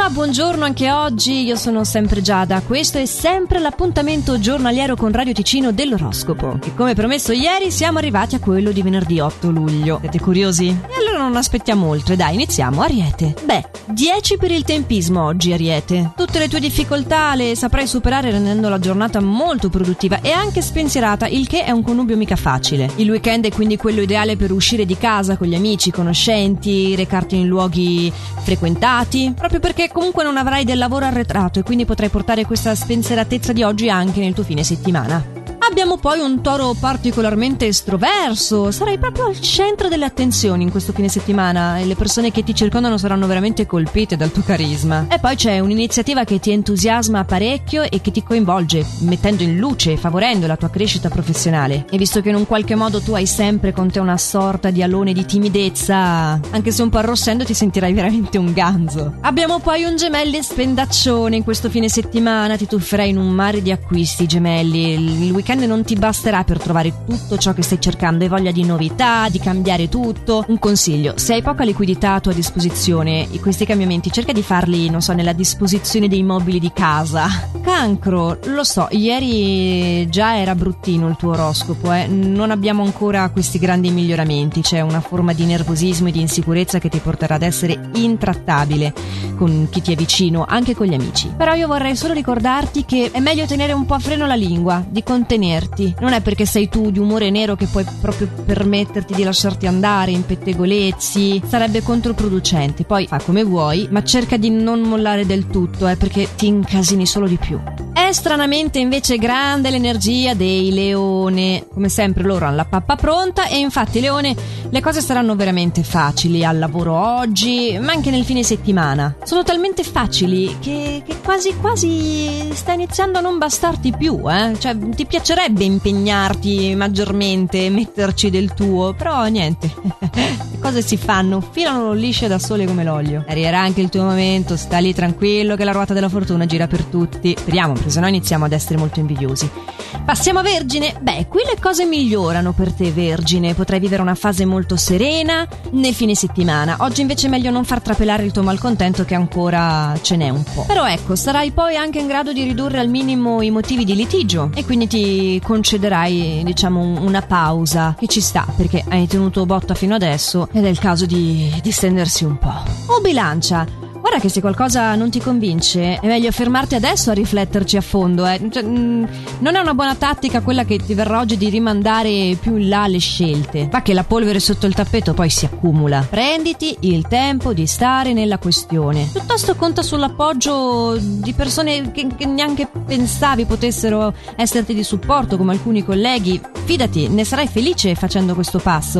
Ma buongiorno anche oggi, io sono sempre Giada, questo è sempre l'appuntamento giornaliero con Radio Ticino dell'oroscopo. E come promesso ieri siamo arrivati a quello di venerdì 8 luglio. Siete curiosi? E allora non aspettiamo oltre, dai, iniziamo. Ariete. 10 per il tempismo oggi, Ariete. Tutte le tue difficoltà le saprai superare rendendo la giornata molto produttiva e anche spensierata, il che è un connubio mica facile. Il weekend è quindi quello ideale per uscire di casa con gli amici, conoscenti, recarti in luoghi frequentati, proprio perché comunque non avrai del lavoro arretrato e quindi potrai portare questa spensieratezza di oggi anche nel tuo fine settimana. Abbiamo poi un Toro particolarmente estroverso, sarai proprio al centro delle attenzioni in questo fine settimana e le persone che ti circondano saranno veramente colpite dal tuo carisma. E poi c'è un'iniziativa che ti entusiasma parecchio e che ti coinvolge, mettendo in luce e favorendo la tua crescita professionale. E visto che in un qualche modo tu hai sempre con te una sorta di alone di timidezza, anche se un po' arrossendo ti sentirai veramente un ganzo. Abbiamo poi un Gemelli spendaccione in questo fine settimana, ti tufferai in un mare di acquisti, Gemelli. Il weekend non ti basterà per trovare tutto ciò che stai cercando, hai voglia di novità, di cambiare tutto. Un consiglio: se hai poca liquidità a tua disposizione, questi cambiamenti cerca di farli, non so, nella disposizione dei mobili di casa. Cancro, lo so, ieri già era bruttino il tuo oroscopo, non abbiamo ancora questi grandi miglioramenti, c'è una forma di nervosismo e di insicurezza che ti porterà ad essere intrattabile con chi ti è vicino, anche con gli amici. Però io vorrei solo ricordarti che è meglio tenere un po' a freno la lingua, di contenerti. Non è perché sei tu di umore nero che puoi proprio permetterti di lasciarti andare in pettegolezzi, sarebbe controproducente. Poi fa come vuoi, ma cerca di non mollare del tutto, perché ti incasini solo di più. È stranamente invece grande l'energia dei Leone. Come sempre loro hanno la pappa pronta e infatti Leone, le cose saranno veramente facili al lavoro oggi, ma anche nel fine settimana. Sono talmente facili che quasi sta iniziando a non bastarti più, Cioè ti piacerebbe impegnarti maggiormente, metterci del tuo, però niente. Le cose si fanno, filano lisce da sole come l'olio. Arriverà anche il tuo momento, sta lì tranquillo che la ruota della fortuna gira per tutti. Speriamo, perché sennò iniziamo ad essere molto invidiosi. Passiamo a Vergine. Qui le cose migliorano per te, Vergine. Potrai vivere una fase molto serena nel fine settimana. Oggi invece è meglio non far trapelare il tuo malcontento, che ancora ce n'è un po'. Però ecco, sarai poi anche in grado di ridurre al minimo i motivi di litigio e quindi ti concederai, diciamo, una pausa, che ci sta, perché hai tenuto botta fino adesso ed è il caso di distendersi un po'. O Bilancia, guarda che se qualcosa non ti convince è meglio fermarti adesso a rifletterci a fondo, Cioè, non è una buona tattica quella che ti verrà oggi di rimandare più in là le scelte. Va che la polvere sotto il tappeto poi si accumula. Prenditi il tempo di stare nella questione, piuttosto conta sull'appoggio di persone che neanche pensavi potessero esserti di supporto, come alcuni colleghi. Fidati, ne sarai felice facendo questo passo,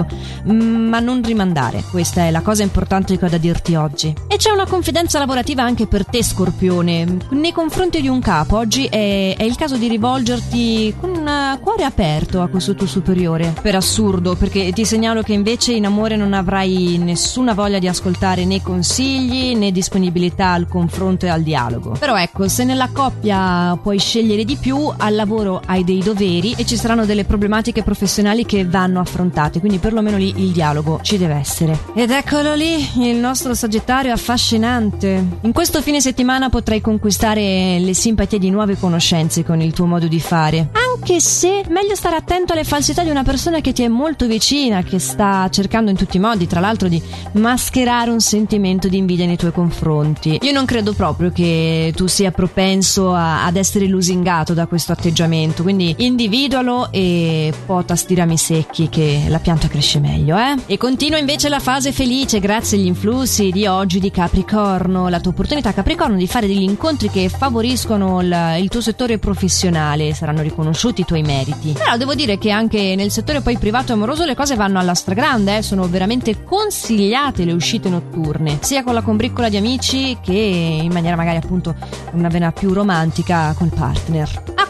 ma non rimandare. Questa è la cosa importante che ho da dirti oggi. E c'è una confidenza lavorativa anche per te, Scorpione. Nei confronti di un capo oggi è il caso di rivolgerti con un cuore aperto a questo tuo superiore. Per assurdo, perché ti segnalo che invece in amore non avrai nessuna voglia di ascoltare né consigli né disponibilità al confronto e al dialogo. Però ecco, se nella coppia puoi scegliere di più, al lavoro hai dei doveri e ci saranno delle problematiche professionali che vanno affrontate, quindi perlomeno lì il dialogo ci deve essere. Ed eccolo lì, il nostro Sagittario affascinante. In questo fine settimana potrai conquistare le simpatie di nuove conoscenze con il tuo modo di fare, anche se meglio stare attento alle falsità di una persona che ti è molto vicina, che sta cercando in tutti i modi, tra l'altro, di mascherare un sentimento di invidia nei tuoi confronti. Io non credo proprio che tu sia propenso ad essere lusingato da questo atteggiamento, quindi individualo e pota sti rami secchi che la pianta cresce meglio, E continua invece la fase felice grazie agli influssi di oggi di Capricorno, la tua opportunità, Capricorno, di fare degli incontri che favoriscono il tuo settore professionale, saranno riconosciuti i tuoi meriti. Però devo dire che anche nel settore poi privato e amoroso le cose vanno alla stragrande, sono veramente consigliate le uscite notturne, sia con la combriccola di amici che in maniera magari appunto una vena più romantica col partner.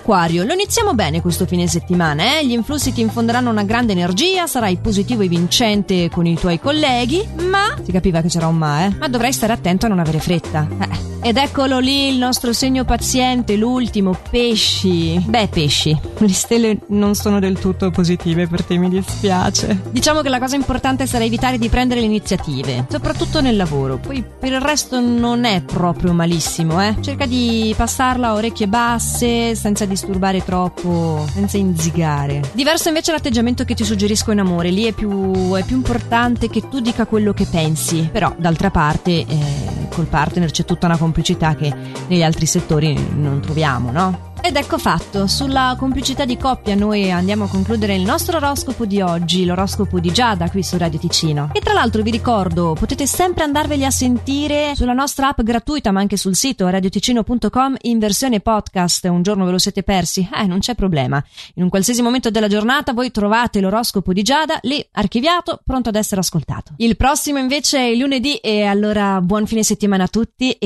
Acquario, lo iniziamo bene questo fine settimana, Gli influssi ti infonderanno una grande energia, sarai positivo e vincente con i tuoi colleghi, ma si capiva che c'era un ma dovrai stare attento a non avere fretta. Ed eccolo lì il nostro segno paziente, l'ultimo, Pesci. Pesci, le stelle non sono del tutto positive per te, mi dispiace. Diciamo che la cosa importante sarà evitare di prendere le iniziative, soprattutto nel lavoro. Poi per il resto non è proprio malissimo, Cerca di passarla a orecchie basse, senza disturbare troppo, senza inzigare. Diverso invece l'atteggiamento che ti suggerisco in amore. Lì è più importante che tu dica quello che pensi. Però d'altra parte col partner c'è tutta una complicità che negli altri settori non troviamo, no? Ed ecco fatto, sulla complicità di coppia noi andiamo a concludere il nostro oroscopo di oggi, l'oroscopo di Giada qui su Radio Ticino. E tra l'altro vi ricordo, potete sempre andarveli a sentire sulla nostra app gratuita, ma anche sul sito radioticino.com in versione podcast. Un giorno ve lo siete persi? Non c'è problema. In un qualsiasi momento della giornata voi trovate l'oroscopo di Giada lì archiviato, pronto ad essere ascoltato. Il prossimo invece è il lunedì, e allora buon fine settimana a tutti.